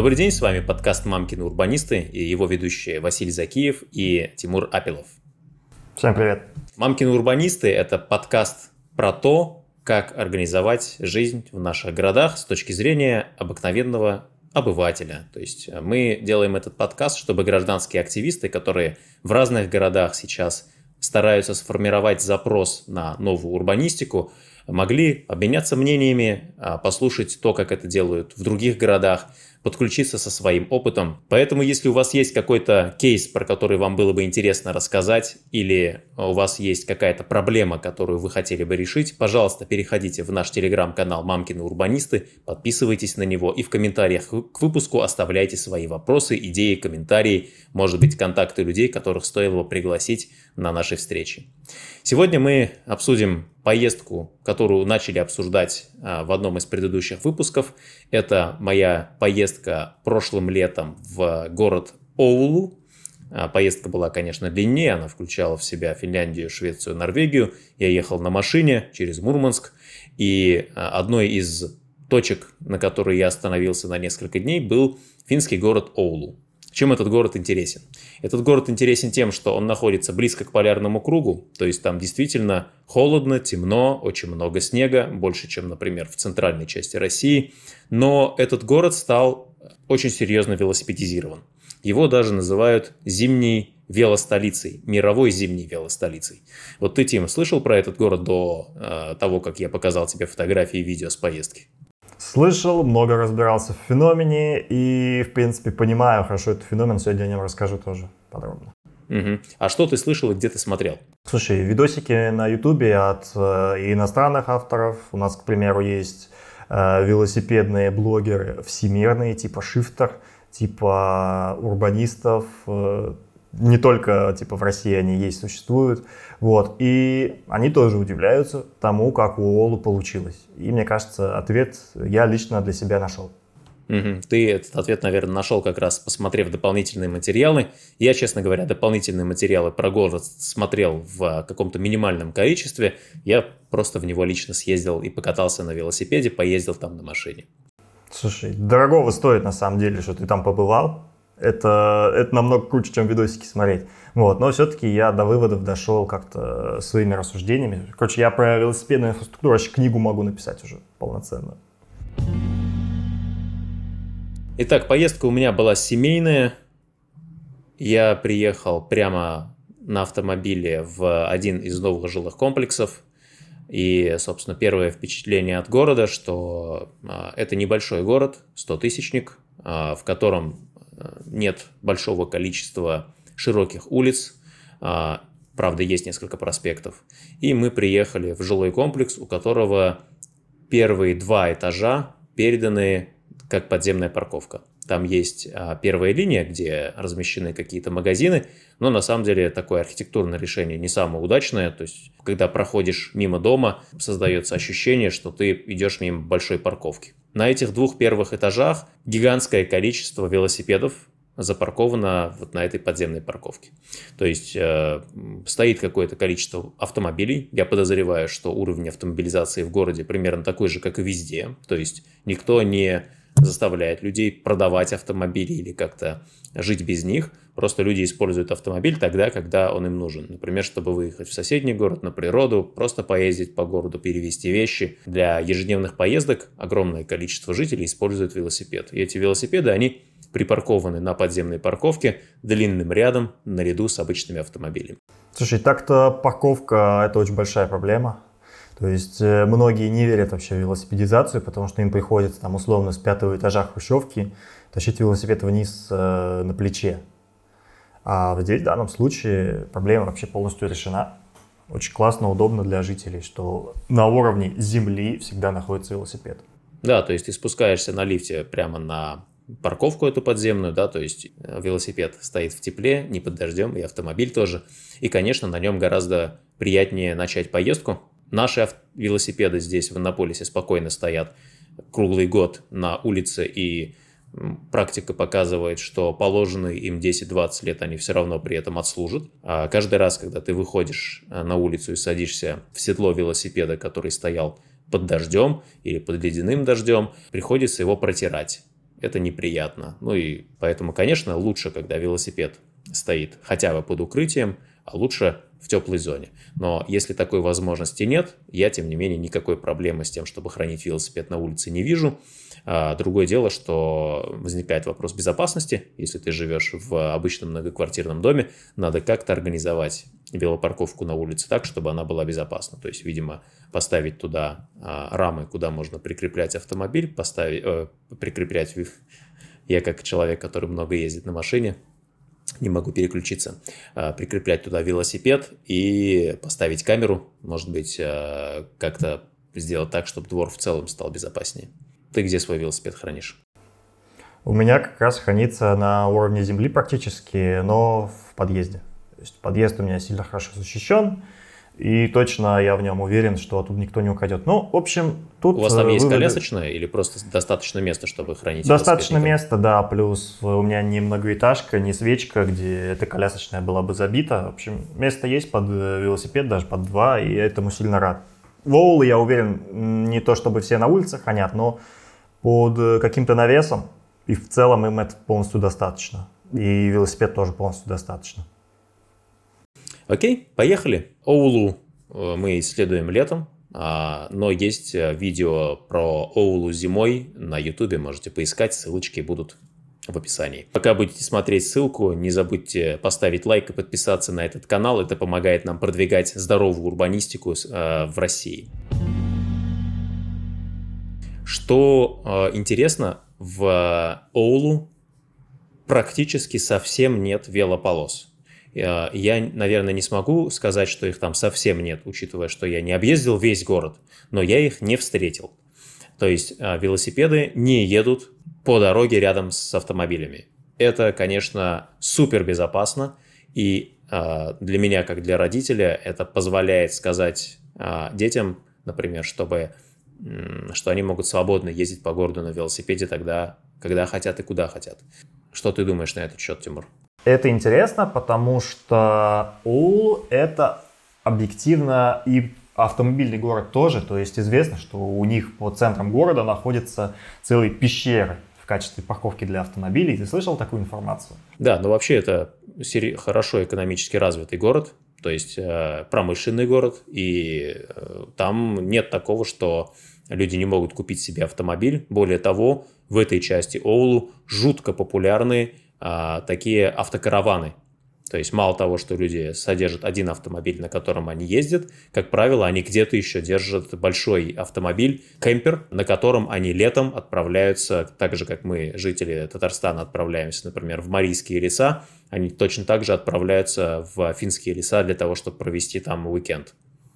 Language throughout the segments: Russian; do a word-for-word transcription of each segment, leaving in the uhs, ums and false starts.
Добрый день, с вами подкаст «Мамкины урбанисты» и его ведущие Василий Закиев и Тимур Апилов. Всем привет. «Мамкины урбанисты» — это подкаст про то, как организовать жизнь в наших городах с точки зрения обыкновенного обывателя. То есть мы делаем этот подкаст, чтобы гражданские активисты, которые в разных городах сейчас стараются сформировать запрос на новую урбанистику, могли обменяться мнениями, послушать то, как это делают в других городах, подключиться со своим опытом. Поэтому, если у вас есть какой-то кейс, про который вам было бы интересно рассказать, или у вас есть какая-то проблема, которую вы хотели бы решить, пожалуйста, переходите в наш телеграм-канал «Мамкины урбанисты», подписывайтесь на него и в комментариях к выпуску оставляйте свои вопросы, идеи, комментарии, может быть, контакты людей, которых стоило бы пригласить на наши встречи. Сегодня мы обсудим поездку, которую начали обсуждать а, в одном из предыдущих выпусков. Это моя поездка прошлым летом в город Оулу. А, поездка была, конечно, длиннее, она включала в себя Финляндию, Швецию, Норвегию. Я ехал на машине через Мурманск, и а, одной из точек, на которой я остановился на несколько дней, был финский город Оулу. Чем этот город интересен? Этот город интересен тем, что он находится близко к полярному кругу, то есть там действительно холодно, темно, очень много снега, больше, чем, например, в центральной части России. Но этот город стал очень серьезно велосипедизирован. Его даже называют зимней велостолицей, мировой зимней велостолицей. Вот ты, Тим, слышал про этот город до э, того, как я показал тебе фотографии и видео с поездки? Слышал, много разбирался в феномене и, в принципе, понимаю хорошо этот феномен. Сегодня о нем расскажу тоже подробно. Угу. А что ты слышал и где ты смотрел? Слушай, видосики на Ютубе от э, иностранных авторов. У нас, к примеру, есть э, велосипедные блогеры всемирные, типа Шифтер, типа урбанистов. Э, не только типа в России они есть, существуют. Вот. И они тоже удивляются тому, как у Оулу получилось. И мне кажется, ответ я лично для себя нашел. Угу. Ты этот ответ, наверное, нашел как раз, посмотрев дополнительные материалы. Я, честно говоря, дополнительные материалы про город смотрел в каком-то минимальном количестве. Я просто в него лично съездил и покатался на велосипеде, поездил там на машине. Слушай, дорогого стоит на самом деле, что ты там побывал. Это, это намного круче, чем видосики смотреть. Вот. Но все-таки я до выводов дошел как-то своими рассуждениями. Короче, я про велосипедную инфраструктуру вообще книгу могу написать уже полноценно. Итак, поездка у меня была семейная. Я приехал прямо на автомобиле в один из новых жилых комплексов. И, собственно, первое впечатление от города, что а, это небольшой город, стотысячник, а, в котором нет большого количества широких улиц, а, правда, есть несколько проспектов. И мы приехали в жилой комплекс, у которого первые два этажа переданы как подземная парковка. Там есть а, первая линия, где размещены какие-то магазины, но на самом деле такое архитектурное решение не самое удачное. То есть, когда проходишь мимо дома, создается ощущение, что ты идешь мимо большой парковки. На этих двух первых этажах гигантское количество велосипедов запарковано вот на этой подземной парковке. То есть э, стоит какое-то количество автомобилей. Я подозреваю, что уровень автомобилизации в городе примерно такой же, как и везде. То есть никто не заставляет людей продавать автомобили или как-то жить без них. Просто люди используют автомобиль тогда, когда он им нужен. Например, чтобы выехать в соседний город, на природу, просто поездить по городу, перевезти вещи. Для ежедневных поездок огромное количество жителей используют велосипед. И эти велосипеды, они припаркованы на подземной парковке длинным рядом наряду с обычными автомобилями. Слушай, так-то парковка – это очень большая проблема. То есть многие не верят вообще в велосипедизацию, потому что им приходится там условно с пятого этажа хрущевки тащить велосипед вниз э, на плече. А здесь в данном случае проблема вообще полностью решена. Очень классно, удобно для жителей, что на уровне земли всегда находится велосипед. Да, то есть ты спускаешься на лифте прямо на парковку эту подземную, да, то есть велосипед стоит в тепле, не под дождем, и автомобиль тоже. И, конечно, на нем гораздо приятнее начать поездку. Наши велосипеды здесь в Иннополисе спокойно стоят круглый год на улице, и практика показывает, что положенные им десять-двадцать лет они все равно при этом отслужат. А каждый раз, когда ты выходишь на улицу и садишься в седло велосипеда, который стоял под дождем или под ледяным дождем, приходится его протирать. это неприятно. Ну и поэтому, конечно, лучше, когда велосипед стоит хотя бы под укрытием, а лучше в теплой зоне. Но если такой возможности нет, я, тем не менее, никакой проблемы с тем, чтобы хранить велосипед на улице, не вижу. А другое дело, что возникает вопрос безопасности. Если ты живешь в обычном многоквартирном доме, надо как-то организовать велопарковку на улице так, чтобы она была безопасна. То есть, видимо, поставить туда а, рамы, куда можно прикреплять автомобиль, поставить, э, прикреплять... Я как человек, который много ездит на машине, не могу переключиться, прикреплять туда велосипед и поставить камеру, может быть, как-то сделать так, чтобы двор в целом стал безопаснее. Ты где свой велосипед хранишь? У меня как раз хранится на уровне земли практически, но в подъезде. То есть подъезд у меня сильно хорошо защищен, и точно я в нем уверен, что тут никто не украдет. Ну, в общем, тут... У вас там есть выводы... колясочная или просто достаточно места, чтобы хранить Достаточно велосипед? места, да, плюс у меня не многоэтажка, не свечка, где эта колясочная была бы забита. В общем, место есть под велосипед, даже под два, и я этому сильно рад. Воулы, я уверен, не то чтобы все на улице хранят, но под каким-то навесом, и в целом им это полностью достаточно. И велосипед тоже полностью достаточно. Окей, поехали. Оулу мы исследуем летом, но есть видео про Оулу зимой на YouTube, можете поискать, ссылочки будут в описании. Пока будете смотреть ссылку, не забудьте поставить лайк и подписаться на этот канал, это помогает нам продвигать здоровую урбанистику в России. Что интересно, в Оулу практически совсем нет велополос. Я, наверное, не смогу сказать, что их там совсем нет, учитывая, что я не объездил весь город, но я их не встретил. То есть велосипеды не едут по дороге рядом с автомобилями. Это, конечно, супер безопасно, и для меня, как для родителя, это позволяет сказать детям, например, чтобы, что они могут свободно ездить по городу на велосипеде тогда, когда хотят и куда хотят. Что ты думаешь на этот счет, Тимур? Это интересно, потому что Оулу — это объективно и автомобильный город тоже. То есть известно, что у них по центрам города находятся целые пещеры в качестве парковки для автомобилей. Ты слышал такую информацию? Да, но вообще это хорошо экономически развитый город, то есть промышленный город, и там нет такого, что люди не могут купить себе автомобиль. Более того, в этой части Оулу жутко популярны а, такие автокараваны. То есть мало того, что люди содержат один автомобиль, на котором они ездят, как правило, они где-то еще держат большой автомобиль, кемпер, на котором они летом отправляются, так же, как мы, жители Татарстана, отправляемся, например, в Марийские леса, они точно так же отправляются в финские леса для того, чтобы провести там уикенд.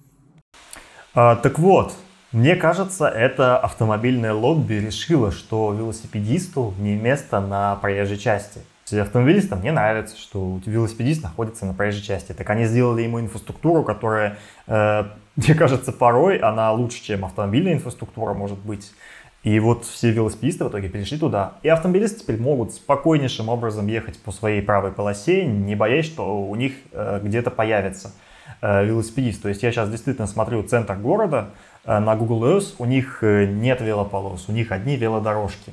А, так вот, мне кажется, это автомобильное лобби решило, что велосипедисту не место на проезжей части. Автомобилистам не нравится, что велосипедист находится на проезжей части. Так они сделали ему инфраструктуру, которая, э, мне кажется, порой она лучше, чем автомобильная инфраструктура может быть. И вот все велосипедисты в итоге перешли туда. И автомобилисты теперь могут спокойнейшим образом ехать по своей правой полосе, не боясь, что у них э, где-то появится э, велосипедист. То есть я сейчас действительно смотрю центр города э, на Google Earth, у них нет велополос, у них одни велодорожки.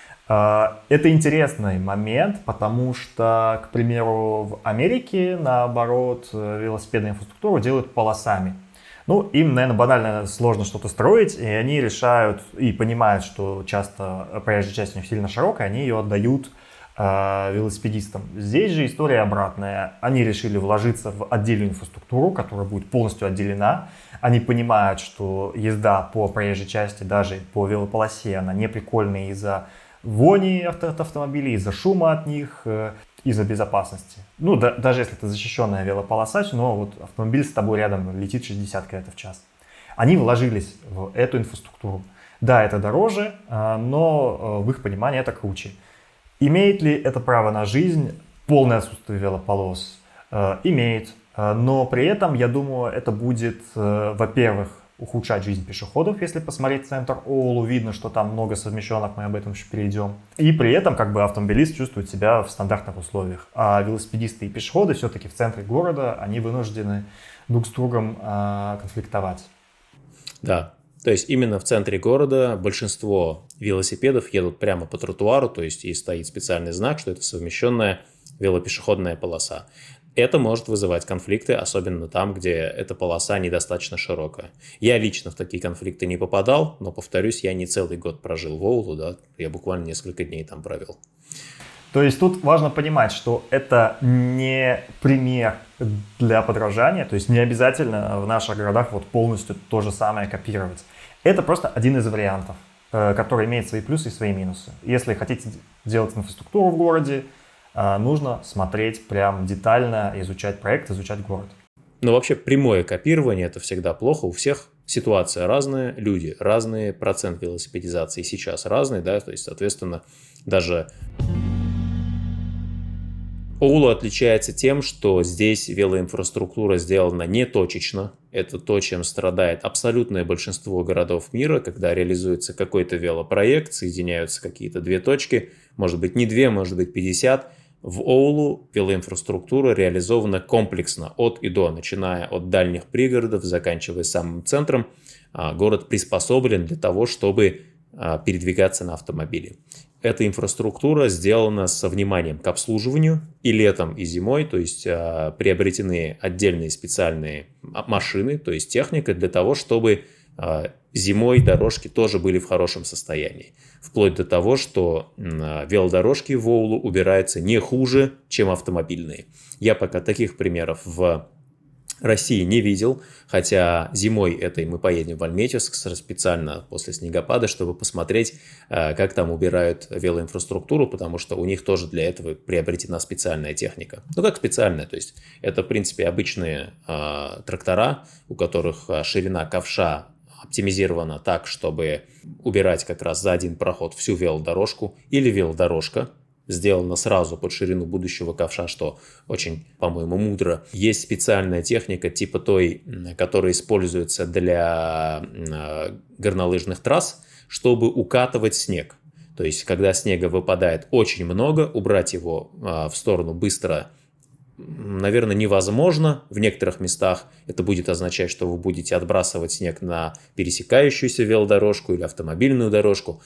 Это интересный момент, потому что, к примеру, в Америке, наоборот, велосипедную инфраструктуру делают полосами. Ну, им, наверное, банально сложно что-то строить, и они решают и понимают, что часто проезжая часть у них сильно широкая, они ее отдают э, велосипедистам. Здесь же история обратная. Они решили вложиться в отдельную инфраструктуру, которая будет полностью отделена. Они понимают, что езда по проезжей части, даже по велополосе, она не прикольная из-за вони от автомобилей, из-за шума от них, из-за безопасности. Ну, да, даже если это защищенная велополоса, но вот автомобиль с тобой рядом летит шестьдесят километров в час. Они вложились в эту инфраструктуру. Да, это дороже, но в их понимании это круче. Имеет ли это право на жизнь? Полное отсутствие велополос имеет. Но при этом, я думаю, это будет, во-первых, ухудшать жизнь пешеходов. Если посмотреть центр Оулу, видно, что там много совмещенок, мы об этом еще перейдем. И при этом как бы автомобилист чувствует себя в стандартных условиях. А велосипедисты и пешеходы все-таки в центре города, они вынуждены друг с другом а, конфликтовать. Да, То есть именно в центре города большинство велосипедов едут прямо по тротуару, то есть и стоит специальный знак, что это совмещенная велопешеходная полоса. Это может вызывать конфликты, особенно там, где эта полоса недостаточно широкая. Я лично в такие конфликты не попадал, но, повторюсь, я не целый год прожил в Оулу, да, я буквально несколько дней там провел. То есть тут важно понимать, что это не пример для подражания, то есть не обязательно в наших городах вот полностью то же самое копировать. Это просто один из вариантов, который имеет свои плюсы и свои минусы. Если хотите делать инфраструктуру в городе, нужно смотреть прям детально, изучать проект, изучать город. Но вообще прямое копирование – это всегда плохо. У всех ситуация разная, люди разные, процент велосипедизации сейчас разный, да, то есть, соответственно, даже Оулу отличается тем, что здесь велоинфраструктура сделана не точечно. Это то, чем страдает абсолютное большинство городов мира, когда реализуется какой-то велопроект, соединяются какие-то две точки, может быть не две, может быть пятьдесят. В Оулу велоинфраструктура реализована комплексно от и до, начиная от дальних пригородов, заканчивая самым центром. Город приспособлен для того, чтобы передвигаться на автомобиле. Эта инфраструктура сделана со вниманием к обслуживанию и летом, и зимой, то есть э, приобретены отдельные специальные машины, то есть техника для того, чтобы э, зимой дорожки тоже были в хорошем состоянии. Вплоть до того, что э, велодорожки в Оулу убираются не хуже, чем автомобильные. Я пока таких примеров в России не видел, хотя зимой этой мы поедем в Альметьевск специально после снегопада, чтобы посмотреть, как там убирают велоинфраструктуру, потому что у них тоже для этого приобретена специальная техника. Ну как специальная, то есть это в принципе обычные э, трактора, у которых ширина ковша оптимизирована так, чтобы убирать как раз за один проход всю велодорожку, или велодорожка сделано сразу под ширину будущего ковша, что очень, по-моему, мудро. Есть специальная техника типа той, которая используется для горнолыжных трасс, чтобы укатывать снег. То есть, когда снега выпадает очень много, убрать его в сторону быстро, наверное, невозможно. В некоторых местах это будет означать, что вы будете отбрасывать снег на пересекающуюся велодорожку или автомобильную дорожку.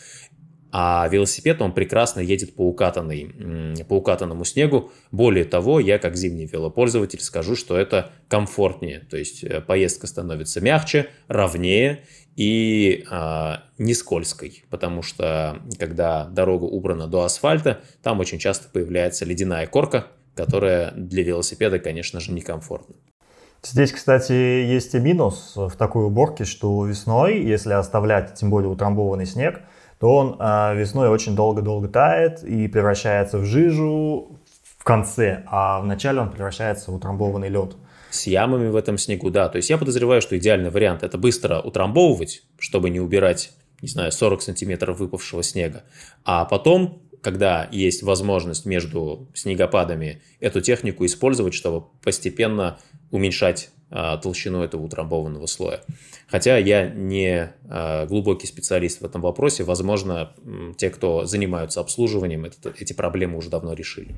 А велосипед, он прекрасно едет по, укатанной, по укатанному снегу. Более того, я как зимний велопользователь скажу, что это комфортнее. То есть поездка становится мягче, ровнее и э, не скользкой. Потому что когда дорога убрана до асфальта, там очень часто появляется ледяная корка, которая для велосипеда, конечно же, некомфортна. Здесь, кстати, есть и минус в такой уборке, что весной, если оставлять тем более утрамбованный снег, то он э, весной очень долго-долго тает и превращается в жижу в конце, а в начале он превращается в утрамбованный лед. С ямами в этом снегу, да. То есть я подозреваю, что идеальный вариант – это быстро утрамбовывать, чтобы не убирать, не знаю, сорок сантиметров выпавшего снега. А потом, когда есть возможность между снегопадами, эту технику использовать, чтобы постепенно уменьшать а, толщину этого утрамбованного слоя. Хотя я не а, глубокий специалист в этом вопросе, возможно, те, кто занимаются обслуживанием, это, эти проблемы уже давно решили.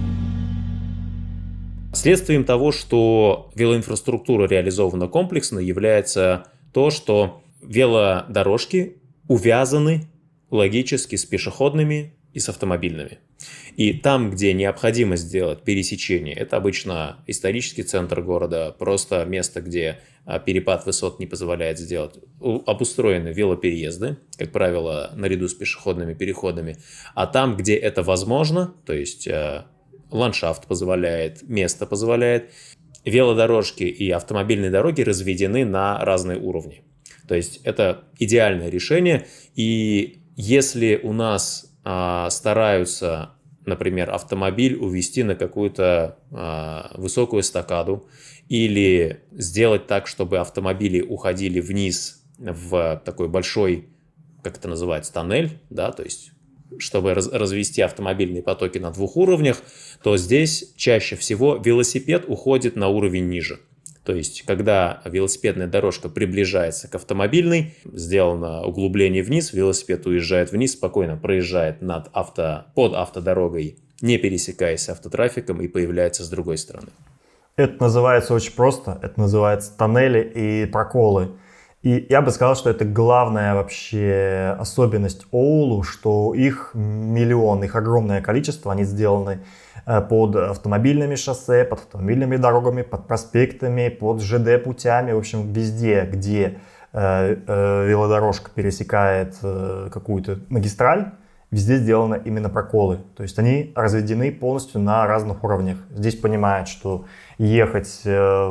Следствием того, что велоинфраструктура реализована комплексно, является то, что велодорожки увязаны логически с пешеходными и с автомобильными. И там, где необходимо сделать пересечение, это обычно исторический центр города, просто место, где перепад высот не позволяет сделать, обустроены велопереезды, как правило, наряду с пешеходными переходами. А там, где это возможно, то есть ландшафт позволяет, место позволяет, велодорожки и автомобильные дороги разведены на разные уровни. То есть это идеальное решение. И если у нас а, стараются, например, автомобиль увести на какую-то а, высокую эстакаду или сделать так, чтобы автомобили уходили вниз в такой большой, как это называется, тоннель, да, то есть чтобы раз, развести автомобильные потоки на двух уровнях, то здесь чаще всего велосипед уходит на уровень ниже. То есть, когда велосипедная дорожка приближается к автомобильной, сделано углубление вниз, велосипед уезжает вниз, спокойно проезжает над авто, под автодорогой, не пересекаясь с автотрафиком, и появляется с другой стороны. Это называется очень просто. Это называется тоннели и проколы. И я бы сказал, что это главная вообще особенность Оулу, что их миллион, их огромное количество, они сделаны под автомобильными шоссе, под автомобильными дорогами, под проспектами, под ЖД-путями, в общем, везде, где э, э, велодорожка пересекает э, какую-то магистраль, везде сделаны именно проколы. То есть они разведены полностью на разных уровнях. Здесь понимают, что ехать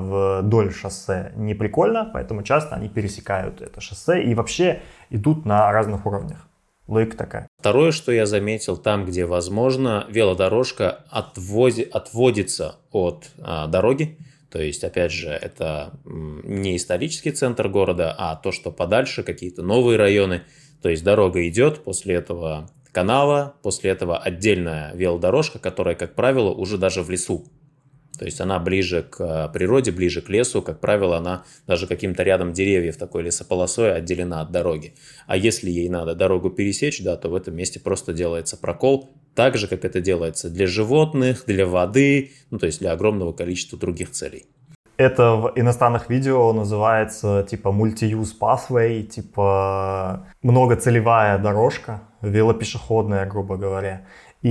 вдоль шоссе не прикольно, поэтому часто они пересекают это шоссе и вообще идут на разных уровнях. Логика такая. Второе, что я заметил, там, где возможно, велодорожка отвози, отводится от а, дороги. То есть, опять же, это не исторический центр города, а то, что подальше, какие-то новые районы. То есть дорога идет, после этого канава, после этого отдельная велодорожка, которая, как правило, уже даже в лесу. То есть она ближе к природе, ближе к лесу. Как правило, она даже каким-то рядом деревьев, такой лесополосой, отделена от дороги. А если ей надо дорогу пересечь, да, то в этом месте просто делается прокол. Так же, как это делается для животных, для воды, ну то есть для огромного количества других целей. Это в иностранных видео называется типа multi-use pathway, типа многоцелевая дорожка, велопешеходная, грубо говоря.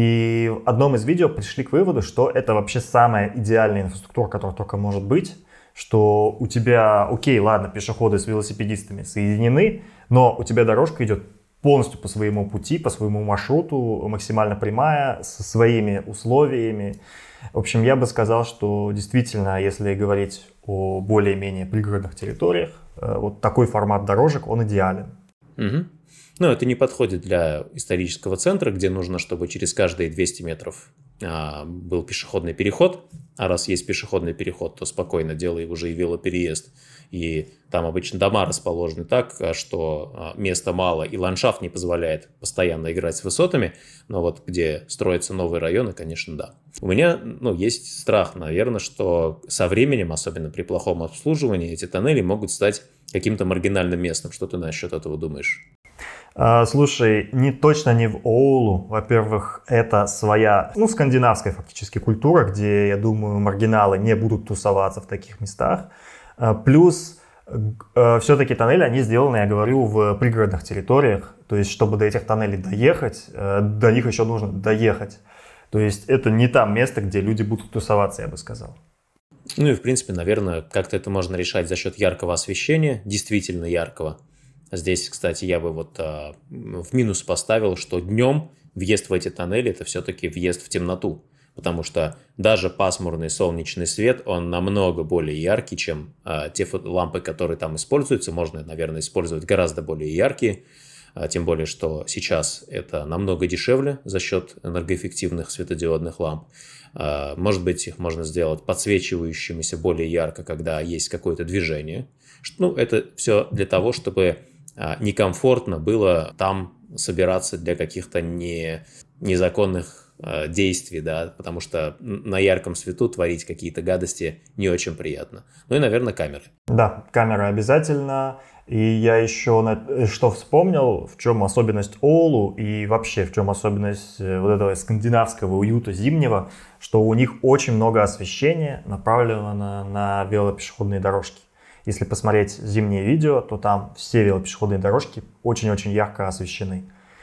И в одном из видео пришли к выводу, что это вообще самая идеальная инфраструктура, которая только может быть, что у тебя, окей, ладно, пешеходы с велосипедистами соединены, но у тебя дорожка идет полностью по своему пути, по своему маршруту, максимально прямая, со своими условиями. В общем, я бы сказал, что действительно, если говорить о более-менее пригородных территориях, вот такой формат дорожек, он идеален. Угу. Но это не подходит для исторического центра, где нужно, чтобы через каждые двести метров а, был пешеходный переход. А раз есть пешеходный переход, то спокойно делай уже и велопереезд. И там обычно дома расположены так, что места мало и ландшафт не позволяет постоянно играть с высотами. Но вот где строятся новые районы, конечно, да. У меня ну, есть страх, наверное, что со временем, особенно при плохом обслуживании, эти тоннели могут стать каким-то маргинальным местом. Что ты насчет этого думаешь? Слушай, не точно не в Оулу. Во-первых, это своя, ну, скандинавская фактически культура, где, я думаю, маргиналы не будут тусоваться в таких местах. Плюс, все-таки тоннели, они сделаны, я говорю, в пригородных территориях. То есть, чтобы до этих тоннелей доехать, до них еще нужно доехать. То есть, это не там место, где люди будут тусоваться, я бы сказал. Ну и, в принципе, наверное, как-то это можно решать за счет яркого освещения, действительно яркого. Здесь, кстати, я бы вот а, в минус поставил, что днем въезд в эти тоннели – это все-таки въезд в темноту. Потому что даже пасмурный солнечный свет, он намного более яркий, чем а, те лампы, которые там используются. Можно, наверное, использовать гораздо более яркие. А, тем более, что сейчас это намного дешевле за счет энергоэффективных светодиодных ламп. А, может быть, их можно сделать подсвечивающимися более ярко, когда есть какое-то движение. Ну, это все для того, чтобы некомфортно было там собираться для каких-то не, незаконных э, действий, да, потому что на ярком свету творить какие-то гадости не очень приятно. Ну и, наверное, камеры. Да, камеры обязательно. И я еще на, что вспомнил, в чем особенность Оулу и вообще в чем особенность вот этого скандинавского уюта зимнего, что у них очень много освещения направлено на, на велопешеходные дорожки. Если посмотреть зимние видео, то там все велопешеходные дорожки очень-очень ярко освещены.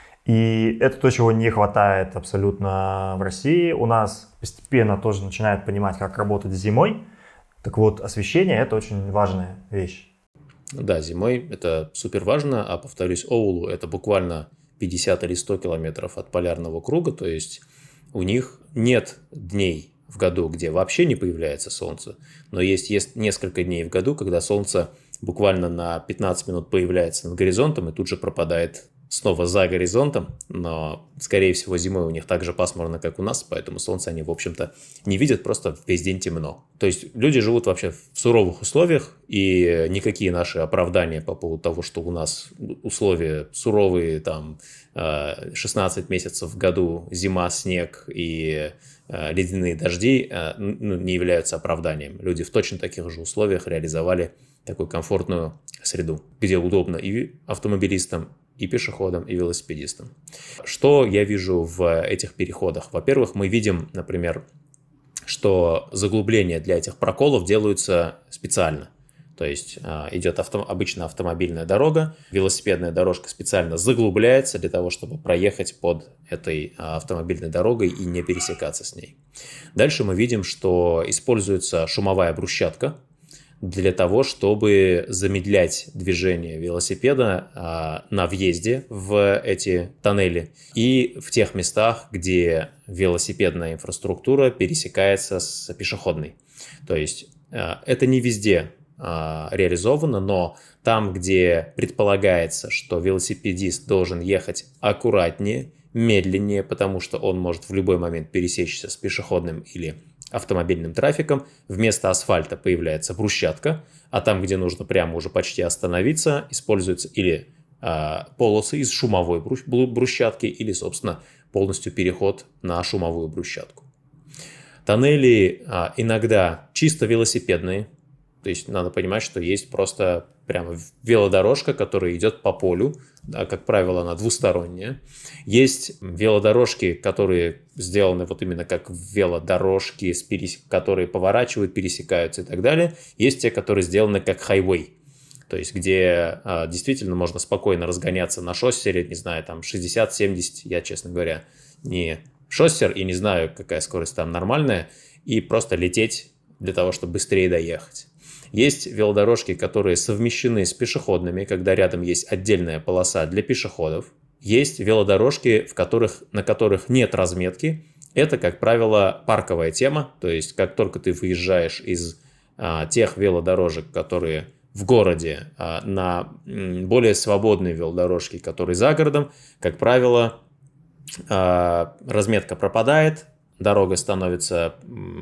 И это то, чего не хватает абсолютно в России. У нас постепенно тоже начинают понимать, как работать зимой. Так вот, освещение – это очень важная вещь. Да, зимой это супер важно, а, повторюсь, Оулу – это буквально пятьдесят или сто километров от полярного круга, то есть у них нет дней в году, где вообще не появляется солнце, но есть, есть несколько дней в году, когда солнце буквально на пятнадцать минут появляется над горизонтом и тут же пропадает снова за горизонтом, но, скорее всего, зимой у них так же пасмурно, как у нас, поэтому солнце они, в общем-то, не видят, просто весь день темно. То есть люди живут вообще в суровых условиях, и никакие наши оправдания по поводу того, что у нас условия суровые, там, шестнадцать месяцев в году, зима, снег и ледяные дожди, ну, не являются оправданием. Люди в точно таких же условиях реализовали такую комфортную среду, где удобно и автомобилистам, и пешеходам, и велосипедистам. Что я вижу в этих переходах? Во-первых, мы видим, например, что заглубления для этих проколов делаются специально. То есть идет авто, обычно автомобильная дорога, велосипедная дорожка специально заглубляется для того, чтобы проехать под этой автомобильной дорогой и не пересекаться с ней. Дальше мы видим, что используется шумовая брусчатка для того, чтобы замедлять движение велосипеда на въезде в эти тоннели и в тех местах, где велосипедная инфраструктура пересекается с пешеходной. То есть это не везде реализовано, но там, где предполагается, что велосипедист должен ехать аккуратнее, медленнее, потому что он может в любой момент пересечься с пешеходным или автомобильным трафиком, вместо асфальта появляется брусчатка, а там, где нужно прямо уже почти остановиться, используются или а, полосы из шумовой брусчатки, или, собственно, полностью переход на шумовую брусчатку. Тоннели а, иногда чисто велосипедные. То есть надо понимать, что есть просто прямо велодорожка, которая идет по полю, да, как правило, она двусторонняя. Есть велодорожки, которые сделаны вот именно как велодорожки, которые поворачивают, пересекаются и так далее. Есть те, которые сделаны как хайвей, то есть где а, действительно можно спокойно разгоняться на шоссере, не знаю, там шестьдесят-семьдесят, я, честно говоря, не шоссер и не знаю, какая скорость там нормальная, и просто лететь для того, чтобы быстрее доехать. Есть велодорожки, которые совмещены с пешеходными, когда рядом есть отдельная полоса для пешеходов. Есть велодорожки, в которых, на которых нет разметки. Это, как правило, парковая тема. То есть, как только ты выезжаешь из а, тех велодорожек, которые в городе, а, на м, более свободные велодорожки, которые за городом, как правило, а, разметка пропадает, дорога становится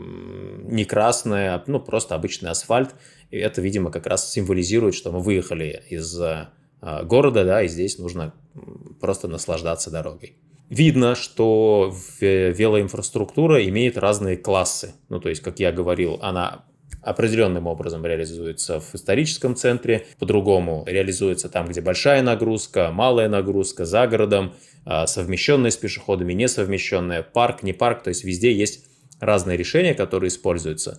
не красная, ну просто обычный асфальт. И это, видимо, как раз символизирует, что мы выехали из города, да, и здесь нужно просто наслаждаться дорогой. Видно, что велоинфраструктура имеет разные классы. Ну, то есть, как я говорил, она определенным образом реализуется в историческом центре, по-другому реализуется там, где большая нагрузка, малая нагрузка, за городом, совмещенная с пешеходами, несовмещенная, парк, не парк, то есть везде есть разные решения, которые используются.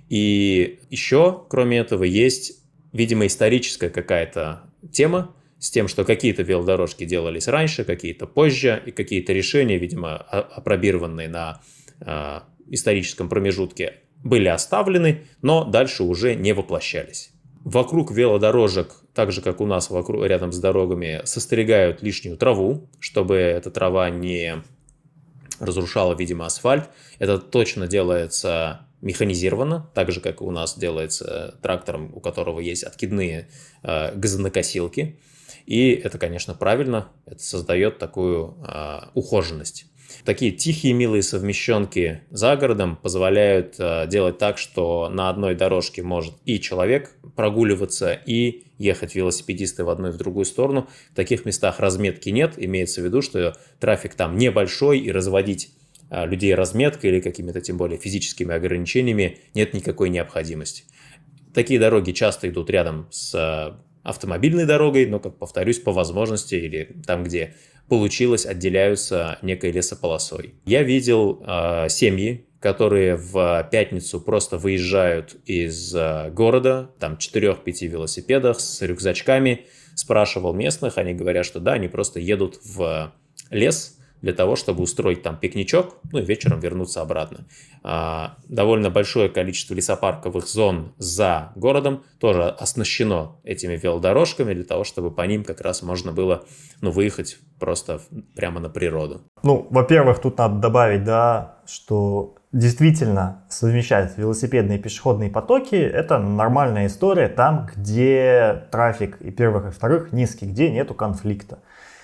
И еще, кроме этого, есть, видимо, историческая какая-то тема с тем, что какие-то велодорожки делались раньше, какие-то позже, и какие-то решения, видимо, опробированные на э, историческом промежутке, были оставлены, но дальше уже не воплощались. Вокруг велодорожек, так же, как у нас вокруг, рядом с дорогами, состригают лишнюю траву, чтобы эта трава не разрушала, видимо, асфальт. Это точно делается механизированно, так же, как у нас делается трактором, у которого есть откидные э, газонокосилки. И это, конечно, правильно, это создает такую э, ухоженность. Такие тихие, милые совмещенки за городом позволяют э, делать так, что на одной дорожке может и человек прогуливаться, и ехать велосипедисты в одну и в другую сторону. В таких местах разметки нет, имеется в виду, что трафик там небольшой, и разводить э, людей разметкой или какими-то, тем более, физическими ограничениями нет никакой необходимости. Такие дороги часто идут рядом с э, автомобильной дорогой, но, как повторюсь, по возможности или там, где получилось, отделяются некой лесополосой. Я видел э, семьи, которые в пятницу просто выезжают из э, города, там четырех-пяти велосипедах с рюкзачками. Спрашивал местных, они говорят, что да, они просто едут в лес для того, чтобы устроить там пикничок, ну и вечером вернуться обратно. А, довольно большое количество лесопарковых зон за городом тоже оснащено этими велодорожками для того, чтобы по ним как раз можно было, ну, выехать просто прямо на природу. Ну, во-первых, тут надо добавить, да, что действительно совмещать велосипедные и пешеходные потоки — это нормальная история там, где трафик и первых, и вторых низкий, где нету конфликта.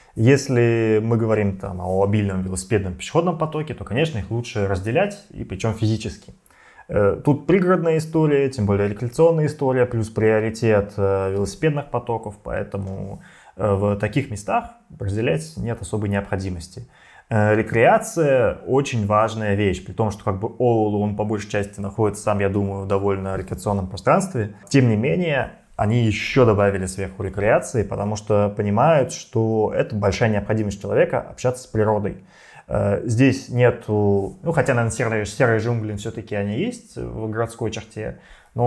Если мы говорим там о обильном велосипедном пешеходном потоке, то, конечно, их лучше разделять, и причем физически. Тут пригородная история, тем более рекреационная история, плюс приоритет велосипедных потоков, поэтому в таких местах разделять нет особой необходимости. Рекреация очень важная вещь, при том, что как бы Оулу, он по большей части находится сам, я думаю, в довольно рекреационном пространстве. Тем не менее, они еще добавили сверху рекреации, потому что понимают, что это большая необходимость человека общаться с природой. Здесь нету, ну хотя, наверное, серые, серые джунгли все-таки они есть в городской черте, но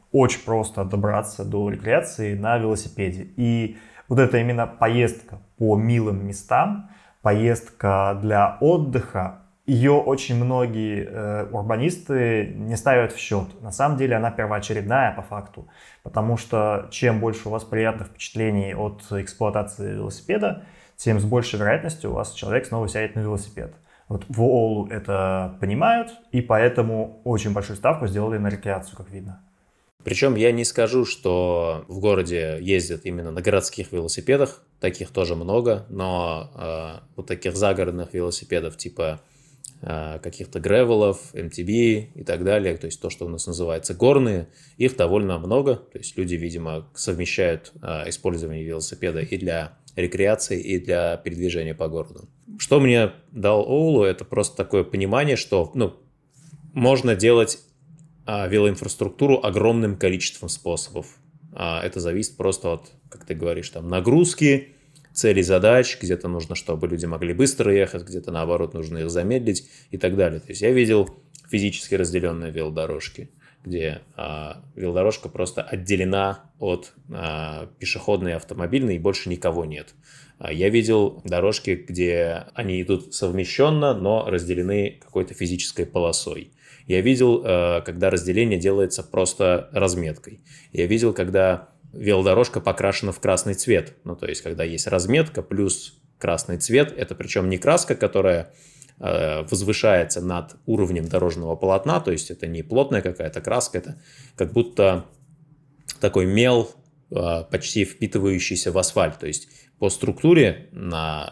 очень просто добраться до рекреации на велосипеде. И вот эта именно поездка по милым местам, поездка для отдыха, ее очень многие э, урбанисты не ставят в счет. На самом деле она первоочередная по факту, потому что чем больше у вас приятных впечатлений от эксплуатации велосипеда, тем с большей вероятностью у вас человек снова сядет на велосипед. Вот в Оулу это понимают, и поэтому очень большую ставку сделали на рекреацию, как видно. Причем я не скажу, что в городе ездят именно на городских велосипедах, таких тоже много, но э, вот таких загородных велосипедов типа э, каких-то гревелов, эм ти би и так далее, то есть то, что у нас называется горные, их довольно много, то есть люди, видимо, совмещают э, использование велосипеда и для рекреации, и для передвижения по городу. Что мне дал Оулу, это просто такое понимание, что ну, можно делать велоинфраструктуру огромным количеством способов. Это зависит просто от, как ты говоришь, там, нагрузки, целей, задач, где-то нужно, чтобы люди могли быстро ехать, где-то, наоборот, нужно их замедлить и так далее. То есть я видел физически разделенные велодорожки, где а, велодорожка просто отделена от а, пешеходной и автомобильной, и больше никого нет. А я видел дорожки, где они идут совмещенно, но разделены какой-то физической полосой. Я видел, когда разделение делается просто разметкой. Я видел, когда велодорожка покрашена в красный цвет. Ну, то есть, когда есть разметка плюс красный цвет. Это причем не краска, которая возвышается над уровнем дорожного полотна. То есть, это не плотная какая-то краска. Это как будто такой мел, почти впитывающийся в асфальт. То есть, по структуре на,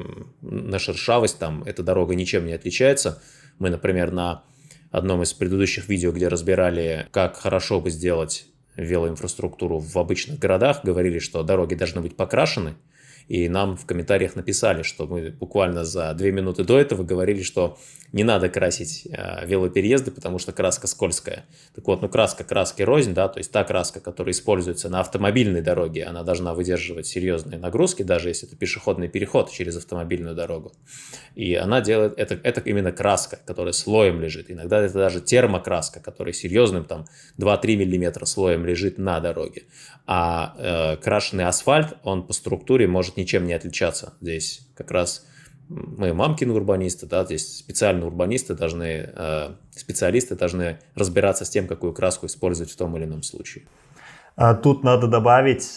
на шершавость там эта дорога ничем не отличается. Мы, например, на одном из предыдущих видео, где разбирали, как хорошо бы сделать велоинфраструктуру в обычных городах, говорили, что дороги должны быть покрашены, и нам в комментариях написали, что мы буквально за две минуты до этого говорили, что не надо красить велопереезды, потому что краска скользкая. Так вот, ну краска краски рознь, да, то есть та краска, которая используется на автомобильной дороге, она должна выдерживать серьезные нагрузки, даже если это пешеходный переход через автомобильную дорогу. И она делает, это, это именно краска, которая слоем лежит. Иногда это даже термокраска, которая серьезным там два-три миллиметра слоем лежит на дороге. А э, крашеный асфальт, он по структуре может ничем не отличаться. Здесь как раз мы мамкины урбанисты, да, здесь специальные урбанисты должны, э, специалисты должны разбираться с тем, какую краску использовать в том или ином случае. Тут надо добавить,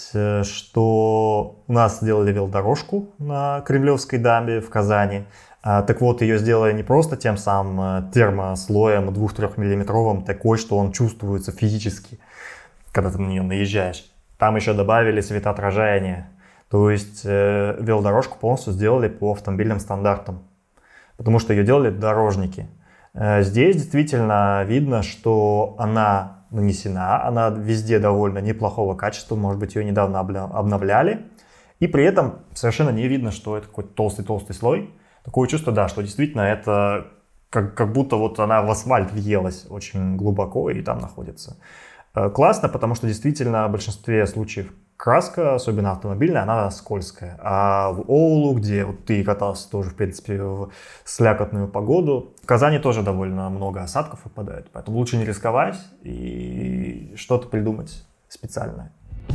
что у нас сделали велодорожку на Кремлевской дамбе в Казани. Так вот, ее сделали не просто тем самым термослоем двух-трехмиллиметровым, такой, что он чувствуется физически, когда ты на нее наезжаешь. Там еще добавили светоотражение. То есть э, велодорожку полностью сделали по автомобильным стандартам, потому что ее делали дорожники. Э, здесь действительно видно, что она нанесена, она везде довольно неплохого качества, может быть, ее недавно обновляли, и при этом совершенно не видно, что это какой-то толстый-толстый слой. Такое чувство, да, что действительно это как, как будто вот она в асфальт въелась очень глубоко и там находится. Э, классно, потому что действительно в большинстве случаев краска, особенно автомобильная, она скользкая. А в Оулу, где вот ты катался тоже, в принципе, в слякотную погоду, в Казани тоже довольно много осадков выпадает. Поэтому лучше не рисковать и что-то придумать специальное.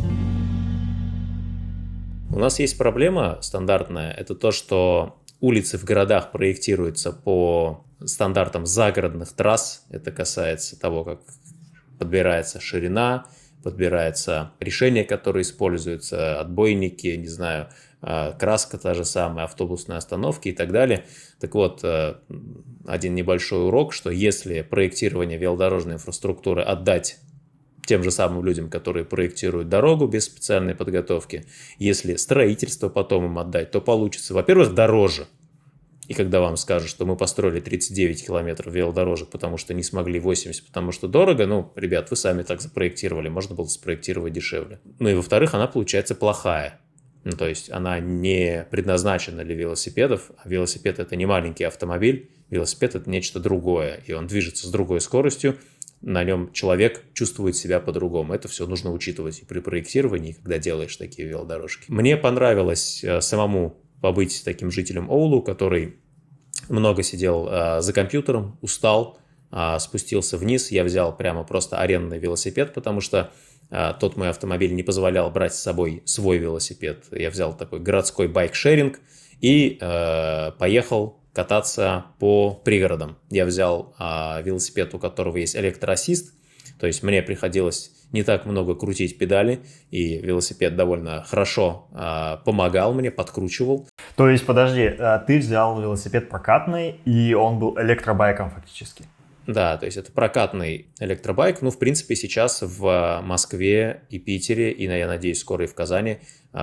У нас есть проблема стандартная. Это то, что улицы в городах проектируются по стандартам загородных трасс. Это касается того, как подбирается ширина, подбирается решение, которое используется, отбойники, не знаю, краска та же самая, автобусные остановки и так далее. Так вот, один небольшой урок, что если проектирование велодорожной инфраструктуры отдать тем же самым людям, которые проектируют дорогу без специальной подготовки, если строительство потом им отдать, то получится, во-первых, дороже. И когда вам скажут, что мы построили тридцать девять километров велодорожек, потому что не смогли восемьдесят, потому что дорого, ну, ребят, вы сами так запроектировали, можно было спроектировать дешевле. Ну и во-вторых, она получается плохая. Ну, то есть она не предназначена для велосипедов, а велосипед – это не маленький автомобиль, велосипед – это нечто другое, и он движется с другой скоростью, на нем человек чувствует себя по-другому. Это все нужно учитывать и при проектировании, когда делаешь такие велодорожки. Мне понравилось самому побыть таким жителем Оулу, который много сидел э, за компьютером, устал, а, спустился вниз, я взял прямо просто арендный велосипед, потому что а, тот мой автомобиль не позволял брать с собой свой велосипед. Я взял такой городской байк-шеринг и а, поехал кататься по пригородам. Я взял а, велосипед, у которого есть электроассист, то есть мне приходилось не так много крутить педали, и велосипед довольно хорошо а, помогал мне, подкручивал. То есть, подожди, ты взял велосипед прокатный, и он был электробайком фактически? Да, то есть это прокатный электробайк. Ну, в принципе, сейчас в Москве и Питере, и, я надеюсь, скоро и в Казани,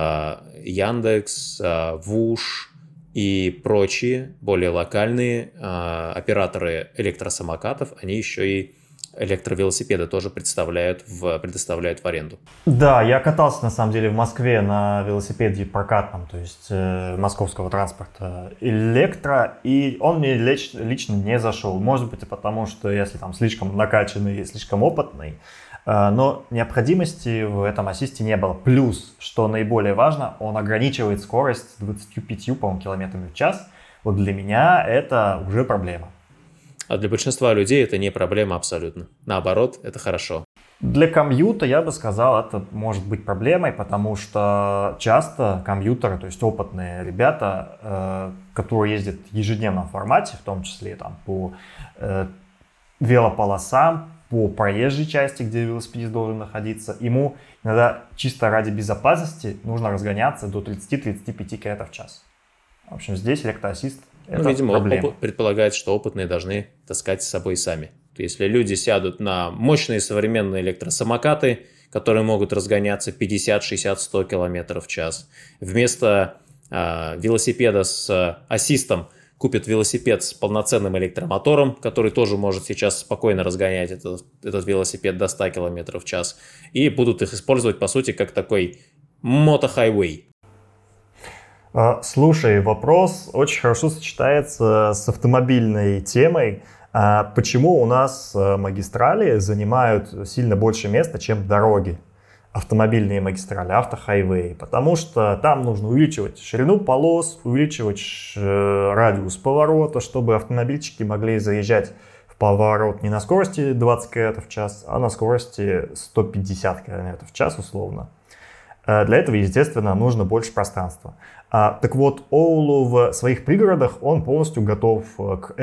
Яндекс, Вуш и прочие более локальные операторы электросамокатов, они еще и электровелосипеды тоже представляют в, предоставляют в аренду. Да, я катался на самом деле в Москве на велосипеде прокатном, то есть э, московского транспорта электро, и он мне лич, лично не зашел. Может быть, и потому что если там слишком накачанный и слишком опытный, э, но необходимости в этом ассисте не было. Плюс, что наиболее важно, он ограничивает скорость двадцатью пятью, по-моему, километрами в час. Вот для меня это уже проблема. А для большинства людей это не проблема абсолютно. Наоборот, это хорошо. Для комьюта, я бы сказал, это может быть проблемой, потому что часто комьютеры, то есть опытные ребята, э, которые ездят в ежедневном формате, в том числе там, по э, велополосам, по проезжей части, где велосипедист должен находиться, ему иногда чисто ради безопасности нужно разгоняться до тридцати-тридцати пяти км в час. В общем, здесь электроассист — это ну, видимо, проблема. Оп- предполагается, что опытные должны таскать с собой сами. Если люди сядут на мощные современные электросамокаты, которые могут разгоняться пятьдесят, шестьдесят, сто км в час, вместо э, велосипеда с ассистом купят велосипед с полноценным электромотором, который тоже может сейчас спокойно разгонять этот, этот велосипед до ста км в час, и будут их использовать, по сути, как такой мотохайвей. Слушай, вопрос очень хорошо сочетается с автомобильной темой. Почему у нас магистрали занимают сильно больше места, чем дороги? Автомобильные магистрали, автохайвеи. Потому что там нужно увеличивать ширину полос, увеличивать радиус поворота, чтобы автомобильчики могли заезжать в поворот не на скорости двадцать км в час, а на скорости сто пятьдесят км в час условно. Для этого, естественно, нужно больше пространства. А, так вот, Oulu в своих пригородах, он полностью готов к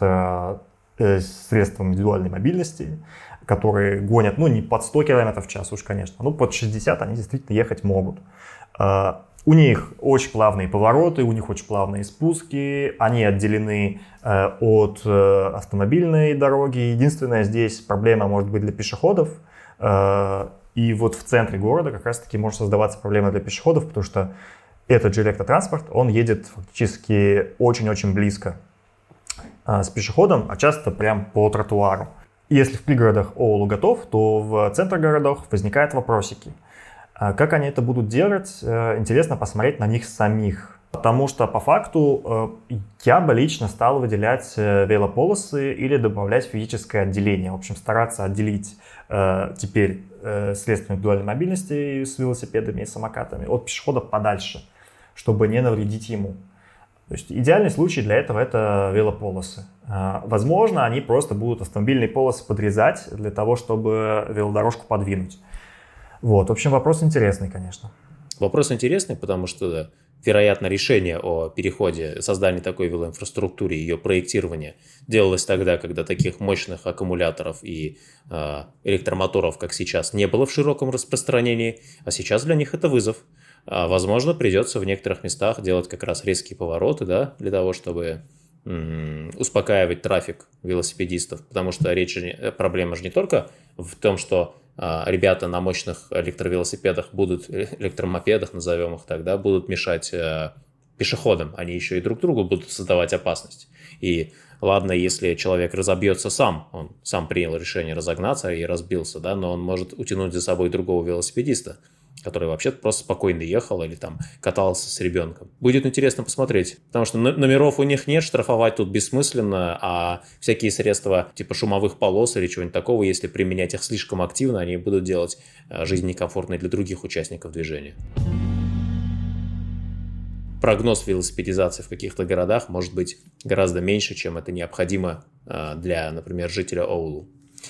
электросредствам индивидуальной мобильности, которые гонят, ну, не под сто км в час уж, конечно, но под шестьдесят они действительно ехать могут. А, у них очень плавные повороты, у них очень плавные спуски, они отделены а, от а, автомобильной дороги. Единственная здесь проблема может быть для пешеходов. А, И вот в центре города как раз-таки может создаваться проблема для пешеходов, потому что этот же электротранспорт, он едет фактически очень-очень близко а, с пешеходом, а часто прям по тротуару. И если в пригородах Oulu готов, то в центре городов возникают вопросики. А как они это будут делать, интересно посмотреть на них самих. Потому что по факту я бы лично стал выделять велополосы или добавлять физическое отделение. В общем, стараться отделить теперь средства индивидуальной мобильности с велосипедами и самокатами от пешеходов подальше, чтобы не навредить ему. То есть идеальный случай для этого — это велополосы. Возможно, они просто будут автомобильные полосы подрезать для того, чтобы велодорожку подвинуть. Вот. В общем, вопрос интересный, конечно. Вопрос интересный, потому что, да, вероятно, решение о переходе, создании такой велоинфраструктуры, ее проектирования делалось тогда, когда таких мощных аккумуляторов и э, электромоторов, как сейчас, не было в широком распространении, а сейчас для них это вызов. А, возможно, придется в некоторых местах делать как раз резкие повороты, да, для того, чтобы м- успокаивать трафик велосипедистов, потому что речь, проблема же не только в том, что ребята на мощных электровелосипедах будут, электромопедах, назовем их так, да, будут мешать э, пешеходам, они еще и друг другу будут создавать опасность. И ладно, если человек разобьется сам, он сам принял решение разогнаться и разбился, да, но он может утянуть за собой другого велосипедиста, который вообще просто спокойно ехал или там катался с ребенком. Будет интересно посмотреть, потому что номеров у них нет, штрафовать тут бессмысленно, а всякие средства типа шумовых полос или чего-нибудь такого, если применять их слишком активно, они будут делать жизнь некомфортной для других участников движения. прогноз велосипедизации в каких-то городах может быть гораздо меньше, чем это необходимо для, например, жителя Оулу.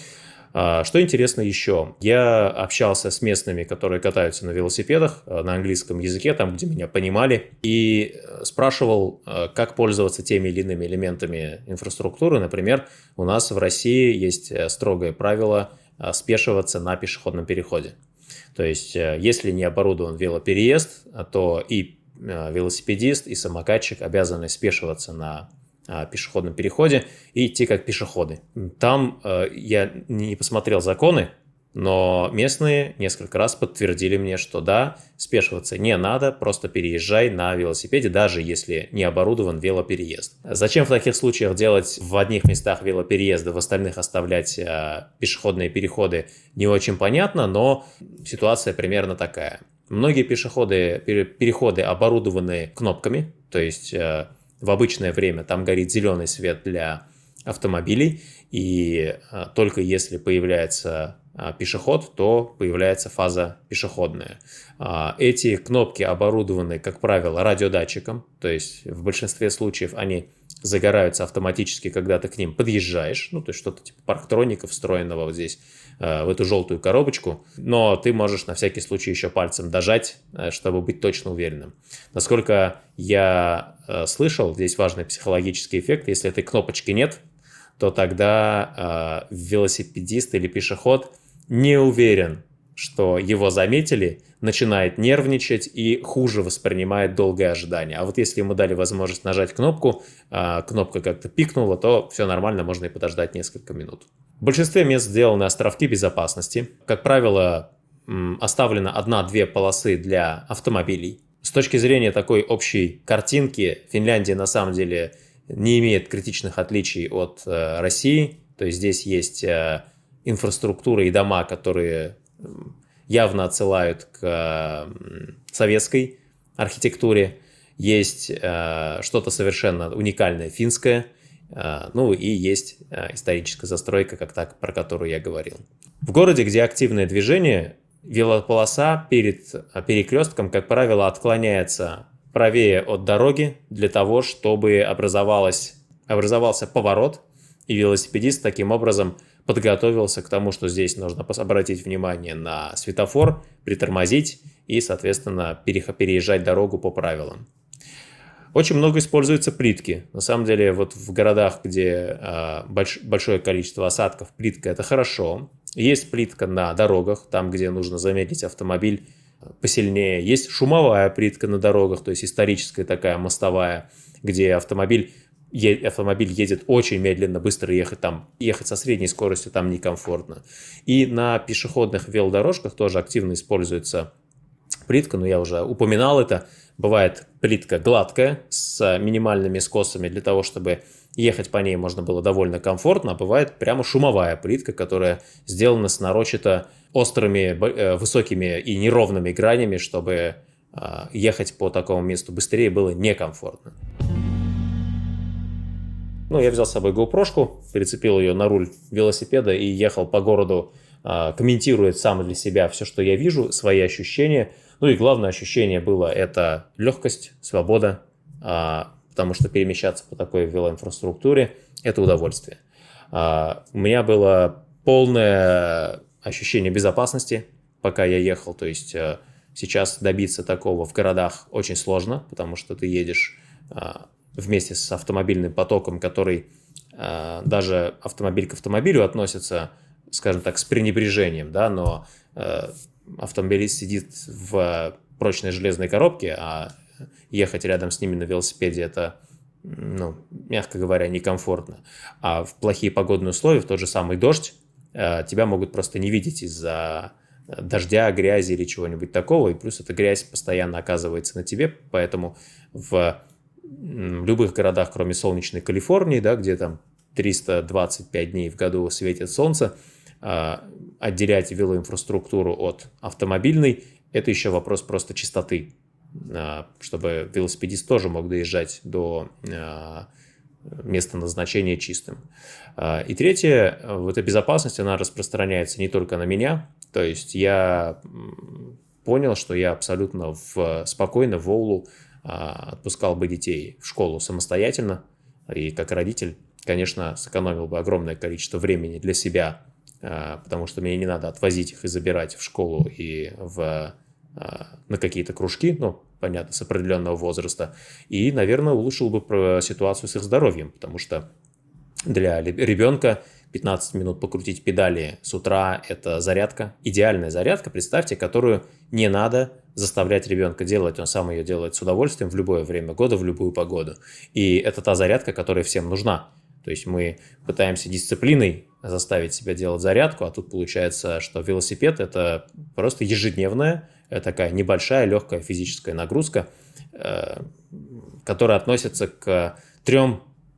Что интересно еще, я общался с местными, которые катаются на велосипедах на английском языке, там, где меня понимали, и спрашивал, как пользоваться теми или иными элементами инфраструктуры. Например, у нас в России есть строгое правило спешиваться на пешеходном переходе. То есть, если не оборудован велопереезд, то и велосипедист, и самокатчик обязаны спешиваться на пешеходном переходе и идти как пешеходы. Там э, я не посмотрел законы, но местные несколько раз подтвердили мне, что да, спешиваться не надо, просто переезжай на велосипеде, даже если не оборудован велопереезд. Зачем в таких случаях делать в одних местах велопереезды, в остальных оставлять э, пешеходные переходы, не очень понятно, но ситуация примерно такая. Многие пешеходы, переходы оборудованы кнопками, то есть э, в обычное время там горит зеленый свет для автомобилей, и а, только если появляется а, пешеход, то появляется фаза пешеходная. А, эти кнопки оборудованы, как правило, радиодатчиком, то есть в большинстве случаев они загораются автоматически, когда ты к ним подъезжаешь, ну, то есть что-то типа парктроника, встроенного вот здесь, в эту желтую коробочку, но ты можешь на всякий случай еще пальцем дожать, чтобы быть точно уверенным. Насколько я слышал, здесь важный психологический эффект, если этой кнопочки нет, то тогда велосипедист или пешеход не уверен, что его заметили, начинает нервничать и хуже воспринимает долгое ожидание. А вот если ему дали возможность нажать кнопку, кнопка как-то пикнула, то все нормально, можно и подождать несколько минут. В большинстве мест сделаны островки безопасности. Как правило, оставлено одна-две полосы для автомобилей. С точки зрения такой общей картинки, Финляндия на самом деле не имеет критичных отличий от э, России. То есть здесь есть э, инфраструктура и дома, которые явно отсылают к э, советской архитектуре. Есть э, что-то совершенно уникальное финское. Ну и есть историческая застройка, как так, про которую я говорил. В городе, где активное движение, велополоса перед перекрестком, как правило, отклоняется правее от дороги для того, чтобы образовалась, образовался поворот, и велосипедист таким образом подготовился к тому, что здесь нужно обратить внимание на светофор, притормозить и, соответственно, переезжать дорогу по правилам. Очень много используется плитки. На самом деле, вот в городах, где э, больш, большое количество осадков, плитка – это хорошо. Есть плитка на дорогах, там, где нужно замедлить автомобиль посильнее. Есть шумовая плитка на дорогах, то есть историческая такая мостовая, где автомобиль, е, автомобиль едет очень медленно, быстро ехать там, ехать со средней скоростью там некомфортно. И на пешеходных велодорожках тоже активно используется плитка, но я уже упоминал это. Бывает плитка гладкая, с минимальными скосами для того, чтобы ехать по ней можно было довольно комфортно, а бывает прямо шумовая плитка, которая сделана с нарочито острыми, высокими и неровными гранями, чтобы ехать по такому месту быстрее было некомфортно. Ну, я взял с собой GoPro-шку, прицепил ее на руль велосипеда и ехал по городу, комментируя сам для себя все, что я вижу, свои ощущения. Ну и главное ощущение было это легкость, свобода, потому что перемещаться по такой велоинфраструктуре – это удовольствие. У меня было полное ощущение безопасности, пока я ехал. То есть сейчас добиться такого в городах очень сложно, потому что ты едешь вместе с автомобильным потоком, который даже автомобиль к автомобилю относится, скажем так, с пренебрежением, да, но автомобилист сидит в прочной железной коробке, а ехать рядом с ними на велосипеде – это, ну, мягко говоря, некомфортно. А в плохие погодные условия, в тот же самый дождь, тебя могут просто не видеть из-за дождя, грязи или чего-нибудь такого, и плюс эта грязь постоянно оказывается на тебе, поэтому в любых городах, кроме солнечной Калифорнии, да, где там триста двадцать пять дней в году светит солнце, отделять велоинфраструктуру от автомобильной – это еще вопрос просто чистоты, чтобы велосипедист тоже мог доезжать до места назначения чистым. И третье, вот эта безопасность, она распространяется не только на меня, то есть я понял, что я абсолютно в, спокойно в Оулу отпускал бы детей в школу самостоятельно, и как родитель, конечно, сэкономил бы огромное количество времени для себя, потому что мне не надо отвозить их и забирать в школу и в, на какие-то кружки, ну, понятно, с определенного возраста, и, наверное, улучшил бы ситуацию с их здоровьем, потому что для ребенка пятнадцать минут покрутить педали с утра – это зарядка, идеальная зарядка, представьте, которую не надо заставлять ребенка делать, он сам ее делает с удовольствием в любое время года, в любую погоду. И это та зарядка, которая всем нужна. То есть мы пытаемся дисциплиной заставить себя делать зарядку, а тут получается, что велосипед – это просто ежедневная, такая небольшая, легкая физическая нагрузка, которая относится к трем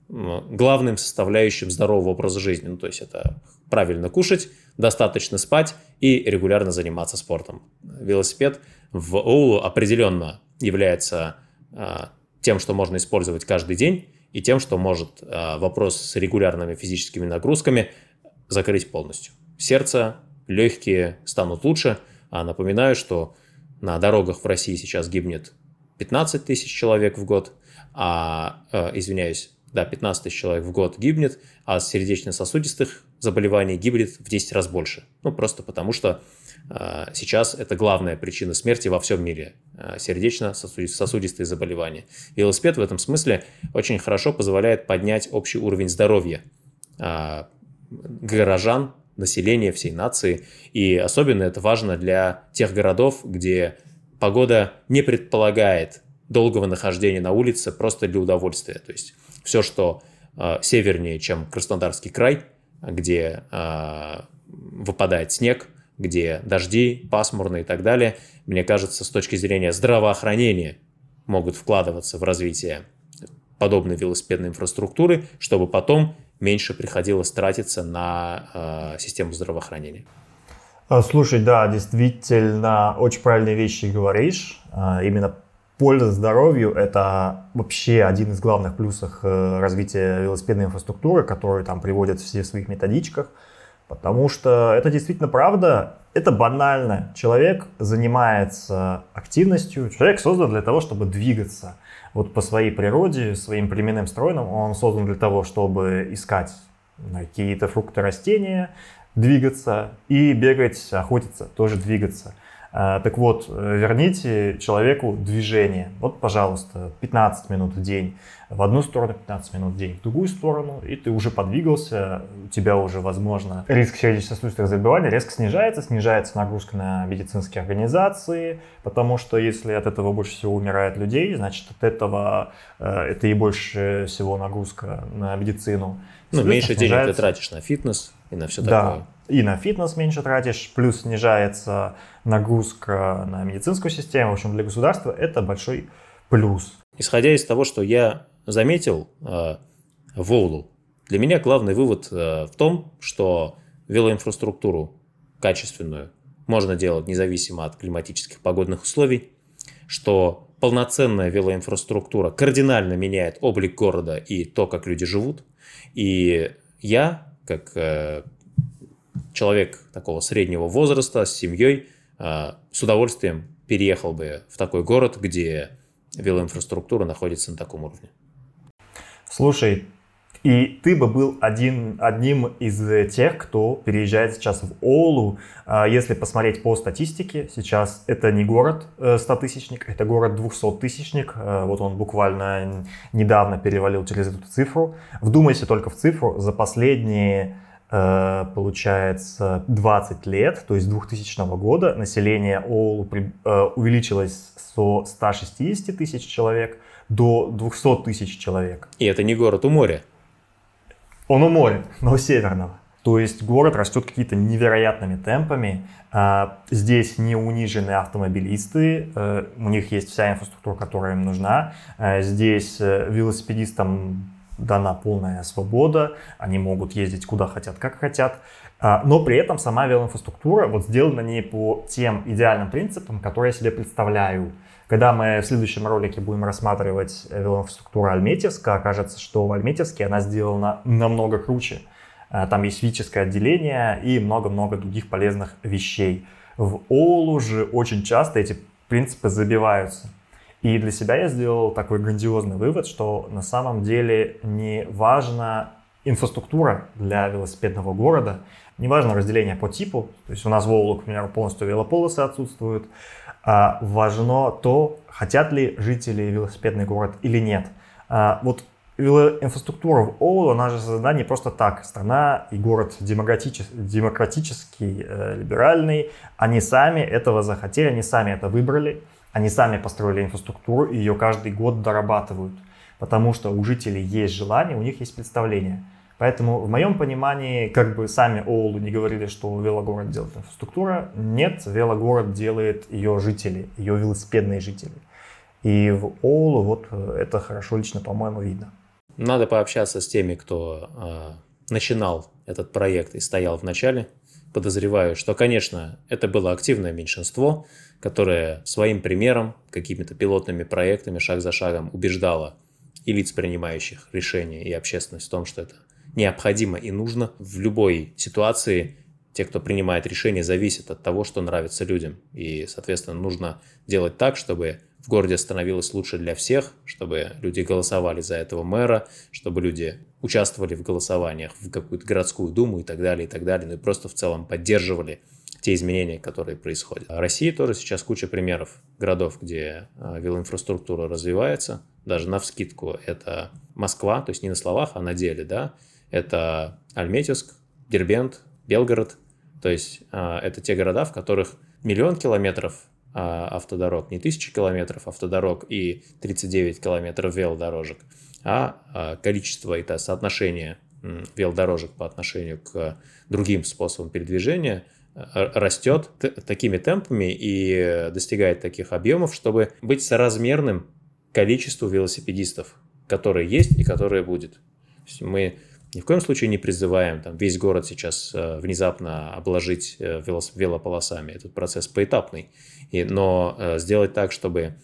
главным составляющим здорового образа жизни. Ну, то есть это правильно кушать, достаточно спать и регулярно заниматься спортом. Велосипед в Оулу определенно является а, тем, что можно использовать каждый день, и тем, что может а, вопрос с регулярными физическими нагрузками закрыть полностью. Сердце, легкие станут лучше. А напоминаю, что на дорогах в России сейчас гибнет пятнадцать тысяч человек в год, а, а извиняюсь, да, пятнадцать тысяч человек в год гибнет, а с сердечно-сосудистых заболеваний гибнет в десять раз больше. Ну, просто потому что э, сейчас это главная причина смерти во всем мире. Э, сердечно-сосудистые заболевания. Велосипед в этом смысле очень хорошо позволяет поднять общий уровень здоровья э, горожан, населения всей нации. И особенно это важно для тех городов, где погода не предполагает долгого нахождения на улице просто для удовольствия. То есть все, что э, севернее, чем Краснодарский край, где э, выпадает снег, где дожди, пасмурно и так далее, мне кажется, с точки зрения здравоохранения могут вкладываться в развитие подобной велосипедной инфраструктуры, чтобы потом меньше приходилось тратиться на э, систему здравоохранения. Слушай, да, действительно, очень правильные вещи говоришь. Именно польза здоровью – это вообще один из главных плюсов развития велосипедной инфраструктуры, которую там приводят все в своих методичках, потому что это действительно правда, это банально. Человек занимается активностью, человек создан для того, чтобы двигаться. Вот по своей природе, своим племенным стройным он создан для того, чтобы искать какие-то фрукты, растения, двигаться и бегать, охотиться, тоже двигаться. Так вот, верните человеку движение. Вот, пожалуйста, пятнадцать минут в день в одну сторону, пятнадцать минут в день в другую сторону, и ты уже подвигался, у тебя уже, возможно, риск сердечно-сосудистых заболеваний резко снижается, снижается нагрузка на медицинские организации, потому что если от этого больше всего умирает людей, значит, от этого это и больше всего нагрузка на медицину. Ну, меньше снижается... денег ты тратишь на фитнес и на все да. такое. И на фитнес меньше тратишь, плюс снижается нагрузка на медицинскую систему. В общем, для государства это большой плюс. Исходя из того, что я заметил э, в Оулу, для меня главный вывод э, в том, что велоинфраструктуру качественную можно делать независимо от климатических погодных условий, что полноценная велоинфраструктура кардинально меняет облик города и то, как люди живут. И я, как э, человек такого среднего возраста, с семьей, с удовольствием переехал бы в такой город, где велоинфраструктура находится на таком уровне. Слушай, и ты бы был один, одним из тех, кто переезжает сейчас в Оулу. Если посмотреть по статистике, сейчас это не город стотысячник, это город двухсоттысячник. Вот он буквально недавно перевалил через эту цифру. Вдумайся только в цифру. За последние... получается, двадцать лет, то есть с двухтысячного года, население Оулу увеличилось со ста шестидесяти тысяч человек до двухсот тысяч человек. И это не город у моря. Он у моря, но у северного. То есть город растет какими-то невероятными темпами. Здесь не унижены автомобилисты, у них есть вся инфраструктура, которая им нужна. Здесь велосипедистам дана полная свобода, они могут ездить куда хотят, как хотят, но при этом сама велоинфраструктура вот сделана не по тем идеальным принципам, которые я себе представляю. Когда мы в следующем ролике будем рассматривать велоинфраструктуру Альметьевска, окажется, что в Альметьевске она сделана намного круче. Там есть физическое отделение и много-много других полезных вещей. В Оулу же очень часто эти принципы забиваются. И для себя я сделал такой грандиозный вывод, что на самом деле не важна инфраструктура для велосипедного города, не важно разделение по типу, то есть у нас в Оулу, к примеру, полностью велополосы отсутствуют, а важно то, хотят ли жители велосипедный город или нет. А вот велоинфраструктура в Оулу, она же создана не просто так. Страна и город демократический, демократический э, либеральный, они сами этого захотели, они сами это выбрали. Они сами построили инфраструктуру и ее каждый год дорабатывают, потому что у жителей есть желание, у них есть представление. Поэтому в моем понимании, как бы сами Оулу не говорили, что велогород делает инфраструктура, нет, велогород делает ее жители, ее велосипедные жители. И в Оулу вот это хорошо лично, по-моему, видно. Надо пообщаться с теми, кто э, начинал этот проект и стоял в начале. Подозреваю, что, конечно, это было активное меньшинство, которое своим примером, какими-то пилотными проектами, шаг за шагом убеждало и лиц, принимающих решения, и общественность в том, что это необходимо и нужно. В любой ситуации те, кто принимает решения, зависят от того, что нравится людям. И, соответственно, нужно делать так, чтобы в городе становилось лучше для всех, чтобы люди голосовали за этого мэра, чтобы люди участвовали в голосованиях в какую-то городскую думу и так далее, и так далее, ну и просто в целом поддерживали те изменения, которые происходят. В России тоже сейчас куча примеров городов, где велоинфраструктура развивается. Даже навскидку это Москва, то есть не на словах, а на деле, да. Это Альметьевск, Дербент, Белгород. То есть это те города, в которых миллион километров автодорог, не тысячи километров автодорог и тридцать девять километров велодорожек, а количество, это соотношение велодорожек по отношению к другим способам передвижения растет такими темпами и достигает таких объемов, чтобы быть соразмерным количеству велосипедистов, которые есть и которые будет. То есть мы ни в коем случае не призываем там, весь город сейчас внезапно обложить велополосами. Этот процесс поэтапный. И, но сделать так, чтобы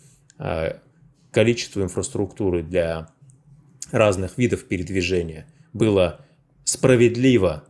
количество инфраструктуры для разных видов передвижения было справедливо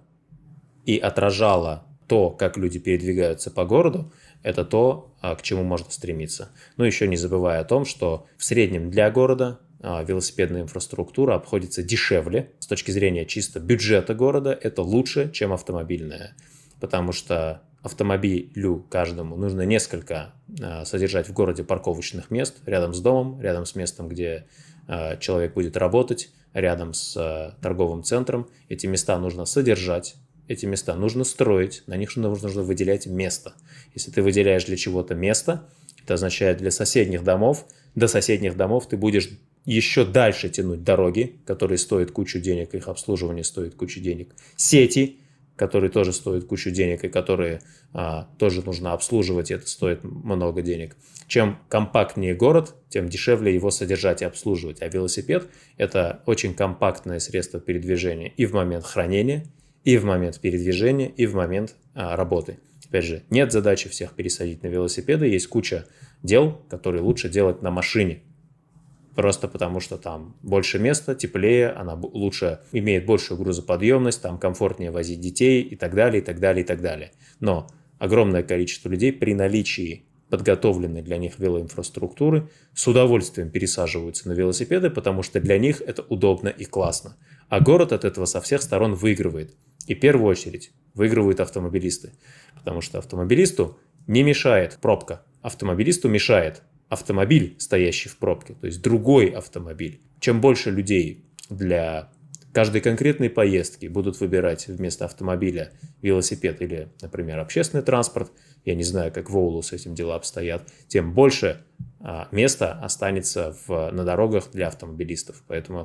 и отражало то, как люди передвигаются по городу, это то, к чему можно стремиться. Но еще не забывая о том, что в среднем для города велосипедная инфраструктура обходится дешевле. С точки зрения чисто бюджета города это лучше, чем автомобильная. Потому что автомобилю каждому нужно несколько содержать в городе парковочных мест рядом с домом, рядом с местом, где человек будет работать, рядом с торговым центром. Эти места нужно содержать, эти места нужно строить, на них нужно выделять место. Если ты выделяешь для чего-то место, это означает для соседних домов, до соседних домов ты будешь еще дальше тянуть дороги, которые стоят кучу денег, их обслуживание стоит кучу денег, сети, которые тоже стоят кучу денег и которые а, тоже нужно обслуживать, и это стоит много денег. Чем компактнее город, тем дешевле его содержать и обслуживать. А велосипед – это очень компактное средство передвижения и в момент хранения, и в момент передвижения, и в момент а, работы. Опять же, нет задачи всех пересадить на велосипеды, есть куча дел, которые лучше делать на машине. Просто потому, что там больше места, теплее, она лучше имеет большую грузоподъемность, там комфортнее возить детей и так далее, и так далее, и так далее. Но огромное количество людей при наличии подготовленной для них велоинфраструктуры с удовольствием пересаживаются на велосипеды, потому что для них это удобно и классно. А город от этого со всех сторон выигрывает. И в первую очередь выигрывают автомобилисты. Потому что автомобилисту не мешает пробка, автомобилисту мешает автомобиль, стоящий в пробке, то есть другой автомобиль. Чем больше людей для каждой конкретной поездки будут выбирать вместо автомобиля велосипед или, например, общественный транспорт, я не знаю, как в Оулу с этим дела обстоят, тем больше а, места останется в, на дорогах для автомобилистов. Поэтому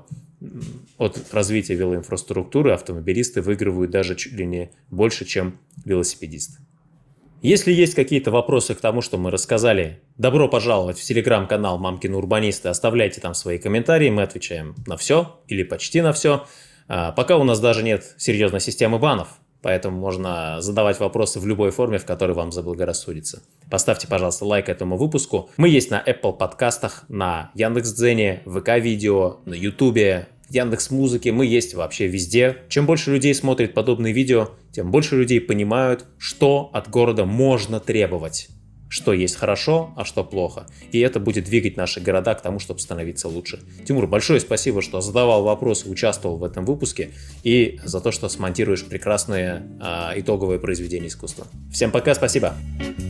от развития велоинфраструктуры автомобилисты выигрывают даже чуть ли не больше, чем велосипедисты. Если есть какие-то вопросы к тому, что мы рассказали, добро пожаловать в телеграм-канал «Мамкины урбанисты». Оставляйте там свои комментарии, мы отвечаем на все или почти на все. А, пока у нас даже нет серьезной системы банов, поэтому можно задавать вопросы в любой форме, в которой вам заблагорассудится. Поставьте, пожалуйста, лайк этому выпуску. Мы есть на Apple подкастах, на Яндекс.Дзене, ВК-видео, на Ютубе, Яндекс.Музыке, мы есть вообще везде. Чем больше людей смотрит подобные видео, тем больше людей понимают, что от города можно требовать. что есть хорошо, а что плохо. И это будет двигать наши города к тому, чтобы становиться лучше. Тимур, большое спасибо, что задавал вопросы, участвовал в этом выпуске и за то, что смонтируешь прекрасные а, итоговые произведения искусства. Всем пока, спасибо!